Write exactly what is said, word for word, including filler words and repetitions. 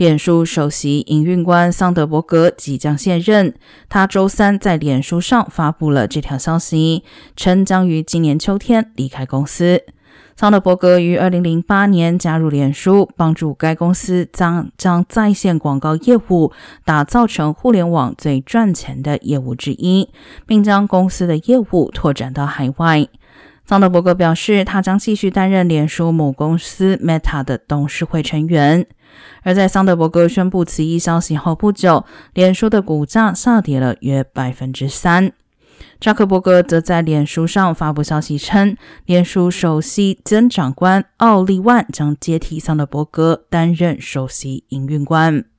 脸书首席营运官桑德伯格即将卸任，他周三在脸书上发布了这条消息，称将于今年秋天离开公司。桑德伯格于二零零八年加入脸书，帮助该公司将将在线广告业务打造成互联网最赚钱的业务之一，并将公司的业务拓展到海外。桑德伯格表示，他将继续担任脸书母公司 Meta 的董事会成员。而在桑德伯格宣布此一消息后不久，脸书的股价下跌了约 百分之三。扎克伯格则在脸书上发布消息称，脸书首席增长官奥利万将接替桑德伯格担任首席营运官。